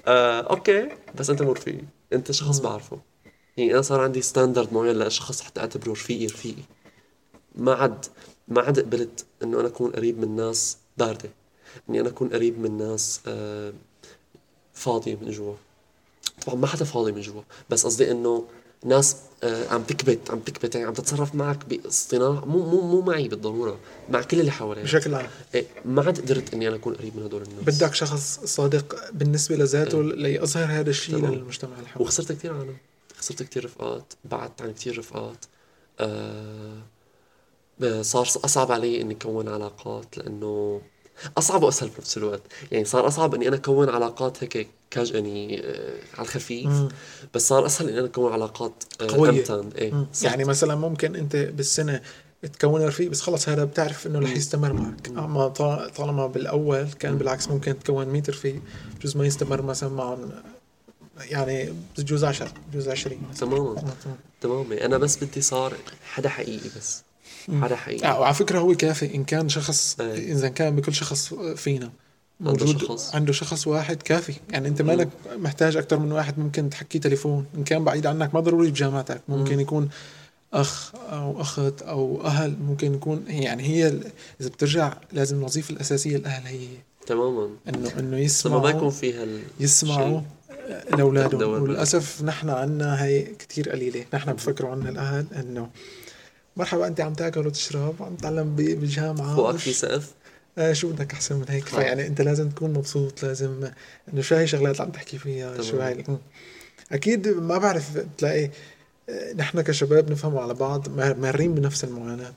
[SPEAKER 2] اوكي بس انت مو رفيقي، انت شخص بعرفه. يعني انا صار عندي ستاندرد معين لشخص حتى اعتبره رفيقي. ما عاد ما عاد قبلت انه انا اكون قريب من ناس باردة، اني انا اكون قريب من ناس فاضية من جوا. طبعا ما حدا فاضي من جوا، بس قصدي انه ناس عم تكبت يعني عم تتصرف معك باصطناع، مو معي بالضرورة، مع كل اللي حواليك
[SPEAKER 3] بشكل عام
[SPEAKER 2] إيه. ما عاد قدرت اني انا اكون قريب من هدول الناس.
[SPEAKER 3] بدك شخص صادق بالنسبة لذاته ليظهر هذا الشيء
[SPEAKER 2] تمام.
[SPEAKER 3] للمجتمع اللي حواليه.
[SPEAKER 2] وخسرت كثير عالم، خسرت كثير رفقات، بعدت عن كثير رفقات. آه صار اصعب علي اني اكون علاقات، لانه اصعب واسهل بنفس الوقت. يعني صار اصعب اني انا اكون علاقات هيك يعني على الخفيف، بس صار اسهل اني انا اكون علاقات
[SPEAKER 3] قوية.
[SPEAKER 2] امتن. ايه صح.
[SPEAKER 3] يعني مثلا ممكن انت بالسنة تكون رفيق، بس خلص هذا بتعرف انه رح يستمر معك. اما طالما بالاول كان بالعكس ممكن تكون 100 رفيق، بجوز ما يستمر مثلا معهم، يعني بجوز 10 بجوز 20.
[SPEAKER 2] تماما. انا بس بدي صار حدا حقيقي، بس حدا حقيقي.
[SPEAKER 3] وعلى فكرة هو كافي إن كان شخص،
[SPEAKER 2] ايه.
[SPEAKER 3] إذا كان بكل شخص فينا
[SPEAKER 2] عنده
[SPEAKER 3] موجود
[SPEAKER 2] شخص.
[SPEAKER 3] عنده شخص واحد كافي. يعني أنت مالك محتاج أكتر من واحد. ممكن تحكي تليفون إن كان بعيد عنك، ما ضروري بجامعتك، ممكن يكون أخ أو أخت أو أهل، ممكن يكون يعني إذا بترجع لازم الوظيفة الأساسية الأهل هي
[SPEAKER 2] تماما
[SPEAKER 3] إنه
[SPEAKER 2] بس لما ما يكون
[SPEAKER 3] يسمعوا
[SPEAKER 2] فيها
[SPEAKER 3] يسمعوا
[SPEAKER 2] الشيء
[SPEAKER 3] لأولادهم.
[SPEAKER 2] تدور
[SPEAKER 3] وللأسف نحن عنا هي كتير قليلة. نحن بفكروا عنا الأهل إنه مرحبا أنت عم تاكل وتشرب، عم تتعلم بالجامعة،
[SPEAKER 2] فوقك في سقف.
[SPEAKER 3] شو بدك أحسن من هيك؟ فيعني أنت لازم تكون مبسوط، لازم إنه شو هاي شغلات عم تحكي فيها، شو هاي أكيد ما بعرف تلاقي نحن كشباب نفهم على بعض، مارين بنفس المعاناة.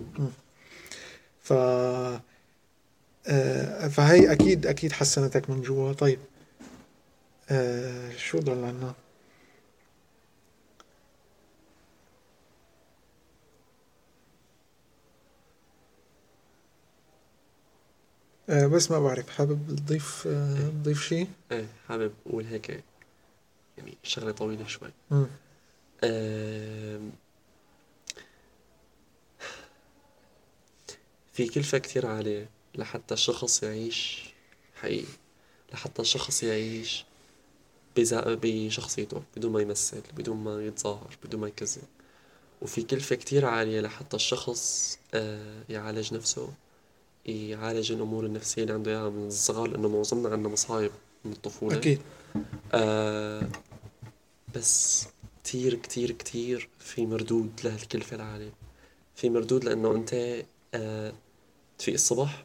[SPEAKER 3] ف فهي أكيد حسنتك من جوا. طيب شو ضل عنا؟ بس ما بعرف، حابب تضيف شيء؟
[SPEAKER 2] ايه حابب اقول هيك، يعني شغلة طويلة شوي. في كلفة كتير عالية لحتى الشخص يعيش حقيقي، لحتى الشخص يعيش بشخصيته بدون ما يمثل، بدون ما يتظاهر، بدون ما يكذب. وفي كلفة كتير عالية لحتى الشخص يعالج نفسه، يعالج الأمور النفسية اللي عنده إياها من الصغر، لأنه معظمنا عندنا مصايب من الطفولة.
[SPEAKER 3] أكيد.
[SPEAKER 2] بس كتير كتير كتير في مردود لهالكلفة العالية. في مردود لأنه أنت تفيق الصبح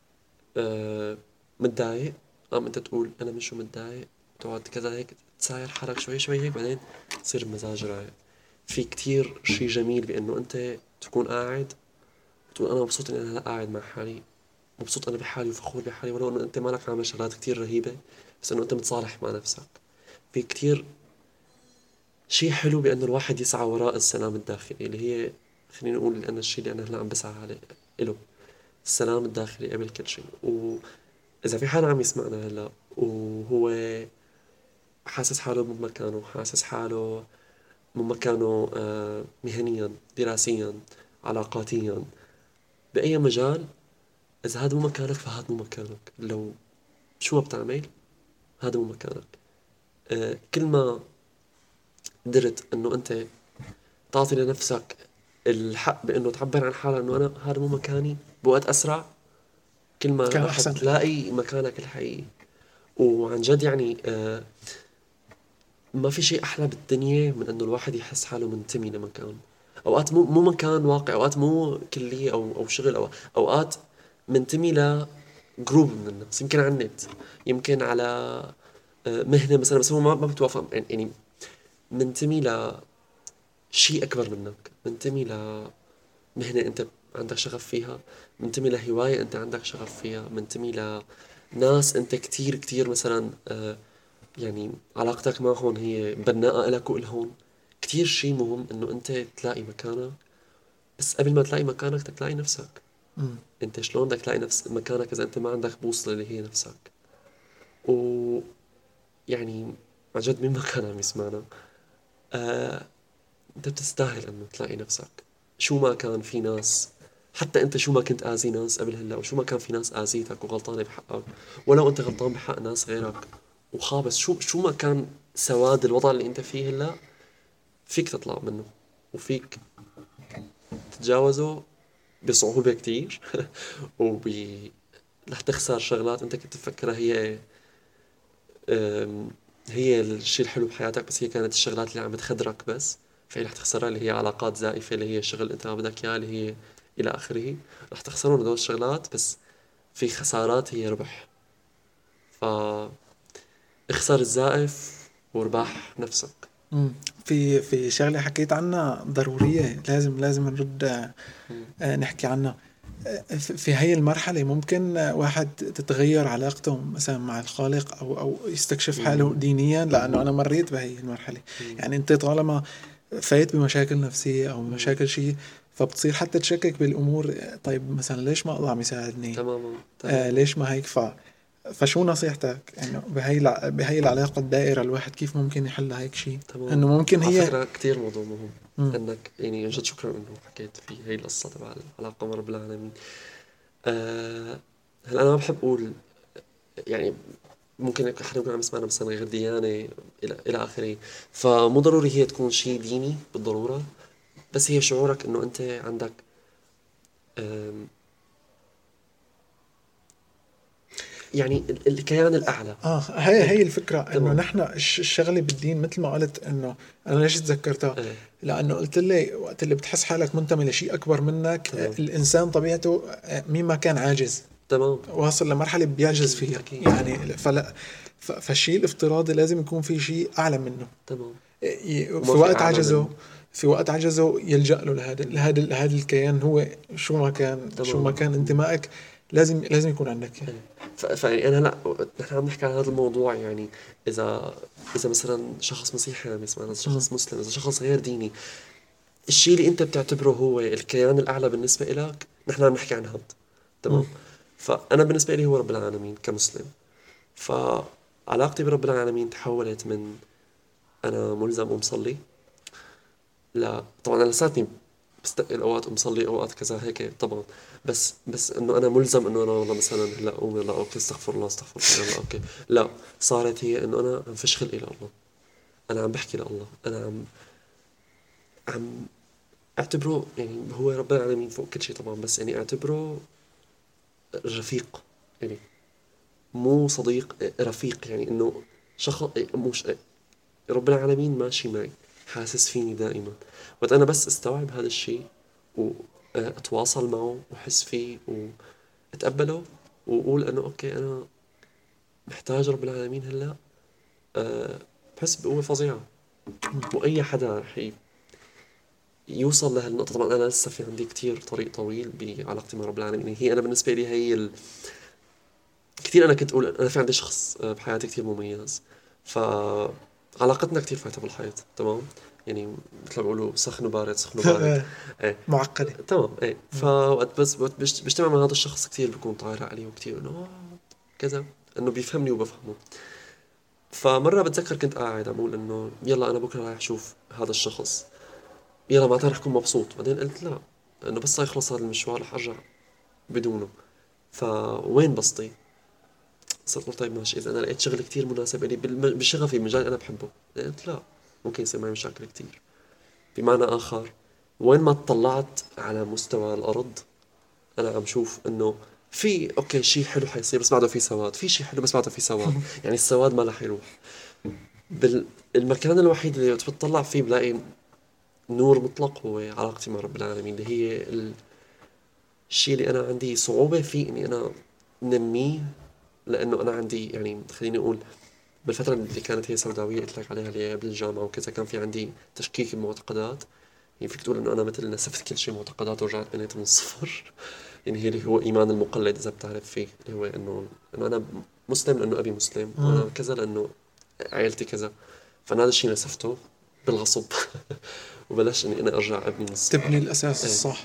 [SPEAKER 2] متضايق، أنت تقول أنا مش متضايق، تقعد كذا هيك تساير حالك شوي شوي هيك، بعدين تصير بمزاج رايق. في كتير شي جميل بأنه أنت تكون قاعد وتقول أنا مبسوط إني أنا قاعد مع حالي، مبسوط أنا بحالي وفخور بحالي، ولو إنه أنت مالك عامل شغلات كتير رهيبة، بس إنه أنت متصالح مع نفسك. في كتير شي حلو بأنه الواحد يسعى وراء السلام الداخلي، اللي هي خلينا نقول أن الشي اللي أنا هلا عم بسعى عليه إله السلام الداخلي قبل كل شيء. وإذا في حدا عم يسمعنا هلا وهو حاسس حاله مو بمكانه، حاسس حاله مو مكانه مهنيا، دراسيا، علاقاتيا، بأي مجال، إذا هذا مو مكانك فهذا مو مكانك. لو شو ما بتعمل هذا مو مكانك. كل ما قدرت إنه أنت تعطي لنفسك الحق بإنه تعبر عن حالك إنه أنا هذا مو مكاني بوقت أسرع، كل ما
[SPEAKER 3] كان
[SPEAKER 2] رح
[SPEAKER 3] أحسن.
[SPEAKER 2] تلاقي مكانك الحقيقي. وعن جد يعني ما في شيء أحلى بالدنيا من إنه الواحد يحس حاله منتمي لمكان. أوقات مو مكان واقع، أوقات مو كلية أو شغل، أو أوقات منتمي لجروب من الناس، يمكن على النت، يمكن على مهنة مثلا، بس هو ما بتوافق يعني منتمي لشيء أكبر منك، منتمي لمهنة أنت عندك شغف فيها، منتمي لهواية أنت عندك شغف فيها، منتمي لناس أنت كتير كتير مثلا يعني علاقتك معهم هي بناءة لك وإلهون. كتير شيء مهم إنه أنت تلاقي مكانك، بس قبل ما تلاقي مكانك تلاقي نفسك. أنت شلون بدك تلاقي نفس مكانك إذا أنت ما عندك بوصلة اللي هي نفسك؟ يعني عن جد مين ما كان عم يسمعنا أنت بتستاهل إنه تلاقي نفسك. شو ما كان في ناس، حتى أنت شو ما كنت آذي ناس قبل هلا، وشو ما كان في ناس آذيتك وغلطانة بحقك، ولو أنت غلطان بحق ناس غيرك، وخابس، شو ما كان سواد الوضع اللي انت فيه هلا، فيك تطلع منه وفيك تتجاوزه بصعوبة كتير. رح تخسر شغلات انت كنت تفكرها أم، هي الشيء الحلو بحياتك، بس هي كانت الشغلات اللي عم بتخدرك بس. فهي رح تخسرها، اللي هي علاقات زائفة، اللي هي شغل انت ما بدك اياه، اللي هي الى اخره. رح تخسرون هدول الشغلات، بس في خسارات هي ربح. فاخسر الزائف وارباح نفسك.
[SPEAKER 3] مم. في شغلة حكيت عنها ضرورية، لازم نرد
[SPEAKER 2] مم.
[SPEAKER 3] نحكي عنها. في هاي المرحلة ممكن واحد تتغير علاقته مثلا مع الخالق أو يستكشف حاله
[SPEAKER 2] مم.
[SPEAKER 3] دينيا، لأنه أنا مريت بهي المرحلة.
[SPEAKER 2] مم.
[SPEAKER 3] يعني أنت طالما فايت بمشاكل نفسية أو
[SPEAKER 2] مم.
[SPEAKER 3] بمشاكل شيء، فبتصير حتى تشكك بالأمور. طيب مثلا ليش ما الله عم يساعدني؟
[SPEAKER 2] تماما تماما.
[SPEAKER 3] ليش ما هيك؟ فشو نصيحتك انه بهي العلاقة الدائرة الواحد كيف ممكن يحل هيك شيء؟
[SPEAKER 2] تمام.
[SPEAKER 3] انه ممكن
[SPEAKER 2] على
[SPEAKER 3] هي
[SPEAKER 2] فكرة كتير موضوع مهم،
[SPEAKER 3] مم.
[SPEAKER 2] انك يعني جد شكرا انه حكيت في هي القصة تبع العلاقة مع رب العالمين. هلا انا ما بحب اقول يعني ممكن حدا يكون عم يسمعنا مثلا غير ديانة الى اخره، فمو ضروري هي تكون شيء ديني بالضرورة، بس هي شعورك انه انت عندك آم، يعني الكيان الاعلى.
[SPEAKER 3] هي الفكرة، انه
[SPEAKER 2] تمام.
[SPEAKER 3] نحن الشغلة بالدين مثل ما قلت، انه انا ليش تذكرتها؟
[SPEAKER 2] ايه.
[SPEAKER 3] لانه قلت لي وقت اللي بتحس حالك منتمي لشيء اكبر منك،
[SPEAKER 2] تمام.
[SPEAKER 3] الانسان طبيعته مين ما كان عاجز،
[SPEAKER 2] تمام.
[SPEAKER 3] واصل لمرحلة بيعجز
[SPEAKER 2] اكيد
[SPEAKER 3] فيها
[SPEAKER 2] اكيد.
[SPEAKER 3] يعني. فلا فالشيء الافتراضي لازم يكون في شيء اعلى منه.
[SPEAKER 2] تمام.
[SPEAKER 3] في
[SPEAKER 2] وما في
[SPEAKER 3] وقت
[SPEAKER 2] اعلى
[SPEAKER 3] عجزه،
[SPEAKER 2] من.
[SPEAKER 3] في وقت عجزه يلجأ له لهذا الكيان. هو شو ما كان انتمائك، لازم يكون عندك إياه.
[SPEAKER 2] فيعني انا هلا نحن عم نحكي عن هذا الموضوع، يعني اذا مثلا شخص مسيحي عم يسمعنا، اذا شخص مسلم، اذا شخص غير ديني، الشيء اللي انت بتعتبره هو الكيان الاعلى بالنسبه إلك، نحن عم نحكي عن هذا.
[SPEAKER 3] مم.
[SPEAKER 2] تمام. فانا بالنسبه لي هو رب العالمين كمسلم. فعلاقتي برب العالمين تحولت من انا ملزم ومصلي، لا طبعا انا لساتني بستقل اوقات مصلي اوقات كذا هيك طبعا، بس انه انا ملزم انه انا والله مثلا هلا اقوم يلا اوكي استغفر الله استغفر الله يلا اوكي. لا، صارت هي انه انا عم فشخل الى الله، انا عم بحكي لله، انا عم اعتبره يعني هو رب العالمين فوق كل شيء طبعا، بس يعني اعتبره رفيق، يعني مو صديق، رفيق، يعني انه شخص مش رب العالمين ماشي معي، حاسس فيني دائما. وقت انا بس استوعب هذا الشيء واتواصل معه واحس فيه واتقبله واقول انه اوكي انا محتاج رب العالمين هلا، أه بحس بقوة فظيعة. واي حدا رح يوصل لهالنقطة. طبعا انا لسه في عندي كتير طريق طويل بعلاقتي مع رب العالمين، يعني هي انا بالنسبة لي هي كتير انا كنت اقول انا في عندي شخص بحياتي كتير مميز، فعلاقتنا كتير فايتة بالحيط. تمام. يعني مثل ما بيقولوا سخن وبارد سخن وبارد. ايه.
[SPEAKER 3] معقدة.
[SPEAKER 2] تمام. ايه. فوقت وقت بجتمع مع هذا الشخص كتير بيكون طاير علي، وكتير انه كذا، انه بيفهمني وبفهمه. فمرة بتذكر كنت قاعد عم اقول انه يلا انا بكره رايح اشوف هذا الشخص، يلا معناتها رح اكون مبسوط. بعدين قلت لا، انه بس يخلص هذا المشوار رح ارجع بدونه. فوين بسطي؟ صرت قلت طيب ماشي، اذا انا لقيت شغل كتير مناسب لي بشغفي بمجال انا بحبه، قلت لا، ممكن يصير معي مشاكل كتير. بمعنى اخر، وين ما اطلعت على مستوى الارض انا عم شوف انه في اوكي شيء حلو حيصير، بس بعده في سواد، في شيء حلو بس بعده في سواد. يعني السواد ما رح يروح. المكان الوحيد اللي بتطلع فيه بلاقي نور مطلق هو علاقتي مع رب العالمين، اللي هي الشيء اللي انا عندي صعوبة فيه اني انا نميه. لانه انا عندي يعني خليني اقول بالفترة اللي كانت هي سوداوية قلت لك عليها، اللي هي قبل الجامعة وكذا، كان في عندي تشكيك بمعتقدات. يعني فيك تقول انه انا مثل نسفت كل شيء معتقدات ورجعت بنيت من الصفر. يعني هي اللي هو ايمان المقلد اذا بتعرف فيه، اللي هو انه انا مسلم لانه ابي مسلم، وانا كذا لانه عائلتي كذا. فانا هذا الشيء نسفته بالغصب. وبلش اني انا ارجع ابني من الصفر.
[SPEAKER 3] تبني الأساس
[SPEAKER 2] ايه.
[SPEAKER 3] الصح.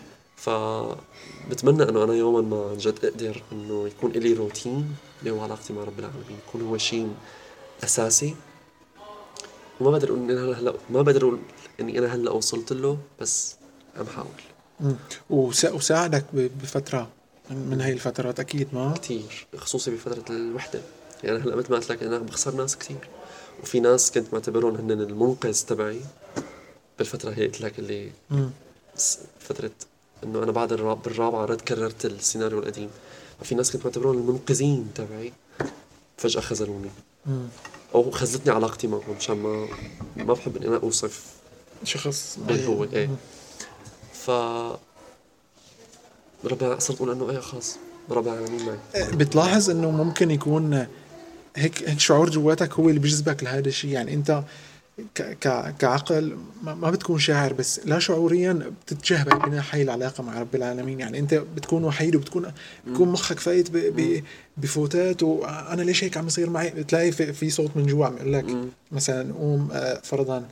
[SPEAKER 2] فبتمنى انه انا يوما ما عن جد اقدر انه يكون لي روتين اللي هو علاقتي مع رب العالمين، يكون هو شيء اساسي. وما بقدر اقول اني انا هلا ما بقدر اقول اني انا هلا وصلت له، بس عم حاول.
[SPEAKER 3] مم. وساعدك بفترة من هاي الفترات أكيد ما
[SPEAKER 2] كتير، خصوصي بفترة الوحدة. يعني هلا مثل ما قلت لك انا بخسر ناس كثير، وفي ناس كنت معتبرهم هن المنقذ تبعي بالفتره هي قلت لك اللي فتره انه انا بعد بالرابعه رد كررت السيناريو القديم. ففي ناس كنت معتبرهم المنقذين تبعي فجاه خذلوني او خزتني علاقتي معهم، مشان ما بحب اني انا اوصف
[SPEAKER 3] شخص
[SPEAKER 2] بالهو ايه. ف ربع صرت اقول انه ايه خلص ربع العالمين معي.
[SPEAKER 3] بتلاحظ انه ممكن يكون هيك شعور جواتك هو اللي بيجذبك لهذا الشيء؟ يعني انت كعقل ما بتكون شاعر، بس لا شعوريا بتتجه بين حي العلاقه مع رب العالمين. يعني انت بتكون وحيد وبتكون مخك فايت بفوتات، وانا ليش هيك عم يصير معي؟ بتلاقي في صوت من جوا عم يقول لك مثلا قوم فرضا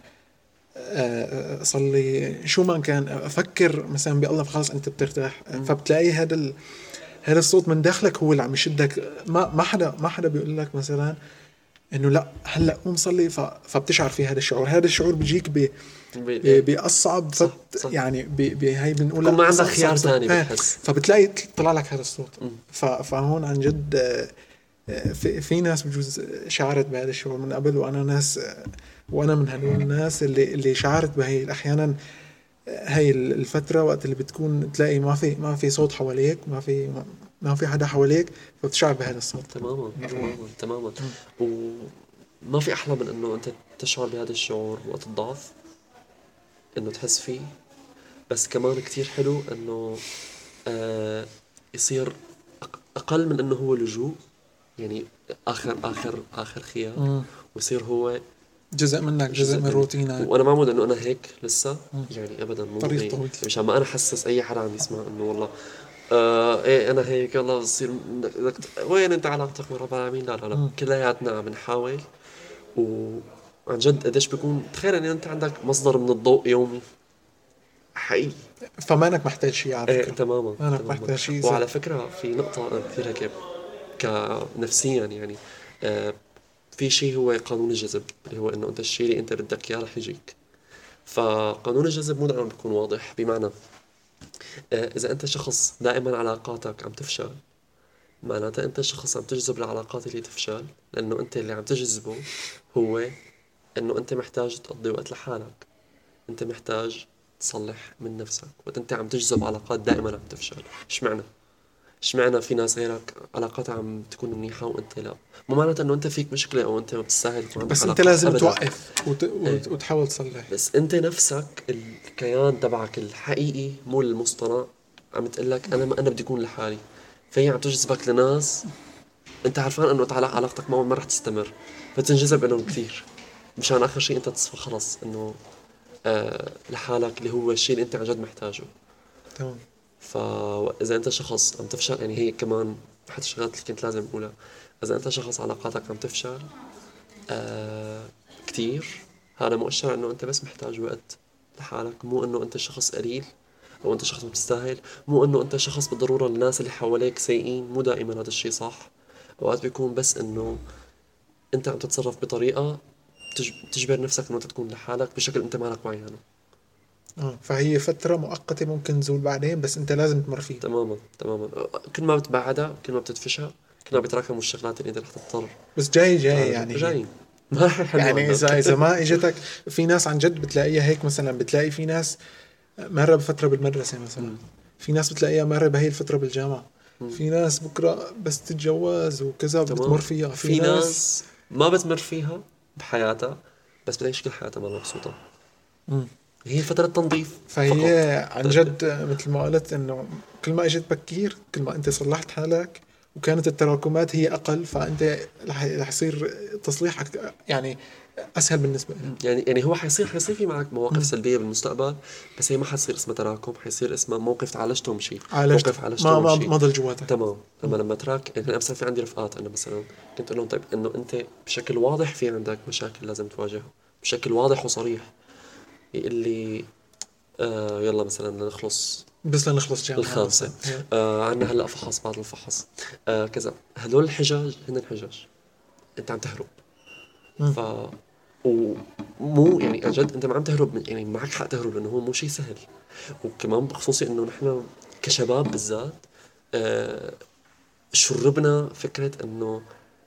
[SPEAKER 3] صلي، شو ما كان، افكر مثلا بالله، فخلص انت بترتاح. فبتلاقي هذا الصوت من داخلك هو اللي عم يشدك. ما حدا بيقول لك مثلا انه لا هلا قوم صلي، فبتشعر في هذا الشعور. هذا الشعور بيجيك باصعب
[SPEAKER 2] صح صح.
[SPEAKER 3] يعني هي بنقول
[SPEAKER 2] ما عندك خيار ثاني بتحس،
[SPEAKER 3] فبتلاقي طلع لك هذا الصوت. فهون عن جد في ناس بجوز شعرت بهذا الشعور من قبل، وانا من هدول الناس اللي شعرت بهي احيانا هاي الفترة وقت اللي بتكون تلاقي ما في صوت حواليك، ما في حدا حواليك، فبتشعر بهذا الصوت.
[SPEAKER 2] تماما. وما في أحلى من إنه أنت تشعر بهذا الشعور وقت الضعف، إنه تحس فيه. بس كمان كتير حلو إنه يصير أقل من إنه هو لجوء، يعني آخر خيار، ويصير هو
[SPEAKER 3] جزء منك، جزء من روتينك.
[SPEAKER 2] وانا ما مود انه انا هيك لسه يعني ابدا، مو
[SPEAKER 3] طريق طويل
[SPEAKER 2] مشان ما انا حسس اي حدا عم يسمع انه والله ايه انا هيك يلا بصير وين انت علاقتك مع رب العالمين. لا كلياتنا عم نحاول. وعن جد قديش بيكون، تخيل ان انت عندك مصدر من الضوء يومي حقيقي،
[SPEAKER 3] فما انك محتاج شيء على فكره.
[SPEAKER 2] تماما.
[SPEAKER 3] ما انك محتاج شيء.
[SPEAKER 2] وعلى فكره في نقطه كثير هيك كنفسيا يعني في شيء هو قانون الجذب، اللي هو انه انت الشيء اللي انت بدك اياه رح يجيك. فقانون الجذب مو دائما بيكون واضح، بمعنى اذا انت شخص دائما علاقاتك عم تفشل، معناتها انت شخص عم تجذب العلاقات اللي تفشل، لانه انت اللي عم تجذبه هو انه انت محتاج تقضي وقت لحالك، انت محتاج تصلح من نفسك. وقت انت عم تجذب علاقات دائما عم تفشل، اشمعنى في ناس غيرك علاقاتها عم تكون منيحة وانت لا؟ مو معناته انه انت فيك مشكلة او انت ما بتستاهل يكون عندك
[SPEAKER 3] بس
[SPEAKER 2] علاقات،
[SPEAKER 3] انت لازم
[SPEAKER 2] أبداً.
[SPEAKER 3] توقف وتحاول تصلح.
[SPEAKER 2] بس انت نفسك الكيان تبعك الحقيقي مو المصطنع عم تقلك انا بدي اكون لحالي، فهي عم تجذبك لناس انت عارفان انه علاقتك معهم ما رح تستمر، فتنجذب لهم كثير، مشان اخر شيء انت تصفى خلص انه لحالك، اللي هو الشيء اللي انت عن جد محتاجه.
[SPEAKER 3] تمام.
[SPEAKER 2] فاذا انت شخص عم تفشل، يعني هي كمان احد الشغلات اللي كنت لازم اقولها، اذا انت شخص علاقاتك عم تفشل كتير، هذا مؤشر انه انت بس محتاج وقت لحالك، مو انه انت شخص قليل او انت شخص بتستاهل، مو انه انت شخص بالضرورة الناس اللي حواليك سيئين، مو دائما هذا الشيء صح. اوقات بيكون بس انه انت عم تتصرف بطريقة تجبر نفسك انه تكون لحالك بشكل انت مالك معي يعني.
[SPEAKER 3] فهي فترة مؤقتة ممكن تزول بعدين، بس انت لازم تمر فيها.
[SPEAKER 2] تماما. كل ما بتبعدها كل ما بتتفشل، كل ما بيتراكموا الشغلات اللي انت رح تضطر.
[SPEAKER 3] بس جاي يعني
[SPEAKER 2] جاي ما
[SPEAKER 3] يعني اذا ما اجتك، في ناس عن جد بتلاقيها هيك. مثلا بتلاقي في ناس مرة بفترة بالمدرسة مثلا، في ناس بتلاقيها مرة بهي الفترة بالجامعة، في ناس بكرة بس تتجوز وكذا بتمر فيها،
[SPEAKER 2] في ناس ما بتمر فيها بحياتها بس بتعيش كل حياتها ما مبسوطة. هي فترة تنظيف.
[SPEAKER 3] فهي عن جد مثل ما قلت انه كل ما اجت بكير كل ما انت صلحت حالك، وكانت التراكمات هي اقل، فانت رح يصير تصليحك يعني اسهل بالنسبه لك.
[SPEAKER 2] يعني هو حيصير في معك مواقف سلبيه بالمستقبل، بس هي ما حتصير اسمها تراكم، حيصير اسمها موقف تعالجتهم شيء، موقف عالجتهم شيء
[SPEAKER 3] ما ضل جواتك.
[SPEAKER 2] تمام. لما تراك يعني مثلا في عندي رفقات، انا مثلا كنت اقول لهم طيب انه انت بشكل واضح في عندك مشاكل لازم تواجهها بشكل واضح وصريح. يقول لي يلا مثلا نخلص
[SPEAKER 3] جامعة
[SPEAKER 2] الخامسة، عنا هلا فحص بعد الفحص كذا. هدول الحجاج هن الحجاج، انت عم تهرب. ف ومو يعني أجد انت ما عم تهرب من، يعني معك حق تهرب لانه هو مو شيء سهل. وكمان بخصوصي انه نحن كشباب بالذات شربنا فكرة انه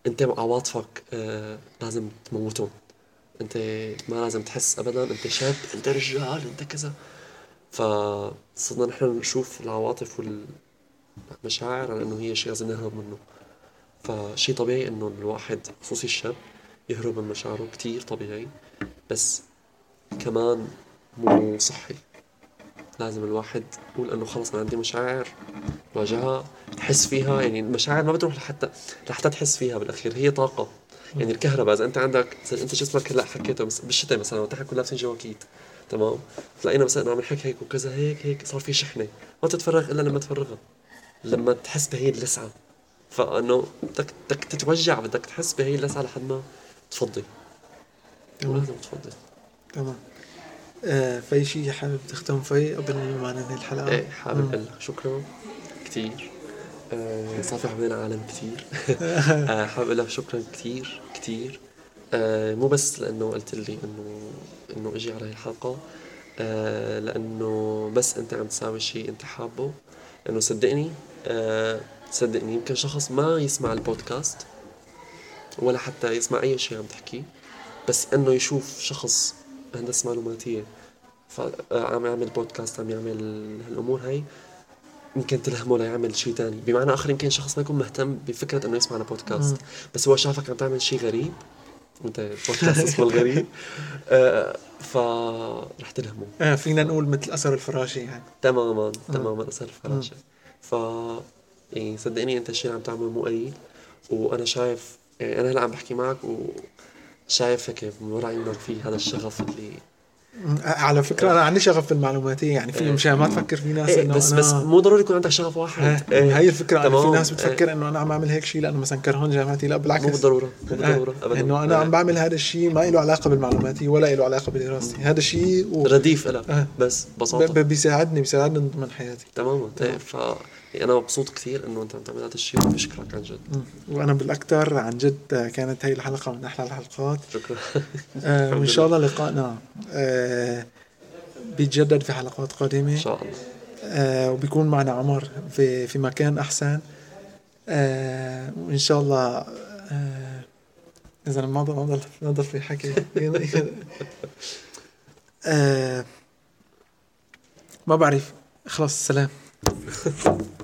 [SPEAKER 2] انت عواطفك لازم تموتهم. انت ما لازم تحس ابدا، انت شاب، انت رجال، انت كذا. فصرنا نحن نشوف العواطف والمشاعر على انه هي شيء لازم نهرب منه. فشيء طبيعي انه الواحد خصوصي الشاب يهرب من مشاعره، كتير طبيعي، بس كمان مو صحي. لازم الواحد يقول انه خلص انا عندي مشاعر، واجهها، تحس فيها. يعني المشاعر ما بتروح لحتى تحس فيها، بالاخير هي طاقة. يعني الكهرباء اذا انت عندك، اذا انت جسمك هلا حكيته بالشتاء مثلا وتحت كنا لابسين جواكيت، تمام، تلاقينا مثلا عم نحكي هيك وكذا، هيك صار في شحنة، ما تتفرغ الا لما تفرغها، لما تحس بهي اللسعة. فانه بدك تتوجع، بدك تحس بهي اللسعة لحد ما تفضي.
[SPEAKER 3] تمام.
[SPEAKER 2] ولازم تفضي.
[SPEAKER 3] تمام. في شيء حابب تختم فيه قبل ما ننهي الحلقة؟
[SPEAKER 2] ايه حابب اقول لك شكرا كتير. صافي حوالينا عالم كتير. حابب اقول لك شكرا كتير كتير. مو بس لانه قلت لي انه اجي على هاي الحلقة، لانه بس انت عم تساوي شيء انت حابه. انه صدقني يمكن شخص ما يسمع البودكاست ولا حتى يسمع اي شيء عم تحكيه، بس انه يشوف شخص هندسة معلوماتية عم يعمل بودكاست، عم يعمل هالامور هاي، يمكن تلهمه ليعمل شيء تاني. بمعنى آخر يمكن شخص ما يكون مهتم بفكرة إنه يسمع بودكاست، بس هو شافك عم تعمل شيء غريب، وأنت بودكاست اسمه الغريب، فرح تلهمه.
[SPEAKER 3] فينا نقول مثل أثر الفراشة يعني.
[SPEAKER 2] تماما أثر الفراشة. يعني صدقني أنت الشيء اللي عم تعمله مو قليل، وأنا شايف، يعني أنا هلا عم بحكي معك وشايف هيك من وراء عيونك في هذا الشغف اللي.
[SPEAKER 3] على فكرة أنا عندي شغف بالمعلوماتية، يعني في مشان ما تفكر في ناس إنه
[SPEAKER 2] بس مو ضروري يكون عندك شغف واحد.
[SPEAKER 3] هاي الفكرة. يعني في
[SPEAKER 2] تمام.
[SPEAKER 3] ناس بتفكر إنه أنا عم أعمل هيك شيء لأنه مثلا كرهون جامعتي. لا بالعكس،
[SPEAKER 2] مو بالضرورة أبدا.
[SPEAKER 3] إنه أنا عم بعمل هذا الشيء ما له علاقة بالمعلوماتي ولا له علاقة بدراستي. هذا الشيء
[SPEAKER 2] رديف لها بس ببساطة
[SPEAKER 3] بيساعدني ضمن حياتي.
[SPEAKER 2] تماما. يعني أنا مبسوط كثير إنه أنت عم تعمل هذا الشيء، وبشكرك عن جد.
[SPEAKER 3] وأنا بالأكثر عن جد كانت هاي الحلقة من أحلى الحلقات.
[SPEAKER 2] شكرا.
[SPEAKER 3] وإن شاء الله لقائنا بيتجدد في حلقات قادمة
[SPEAKER 2] إن شاء الله.
[SPEAKER 3] وبيكون معنا عمر في مكان أحسن. وإن شاء الله إذا ما ضل في حكي. ما بعرف. خلاص، سلام.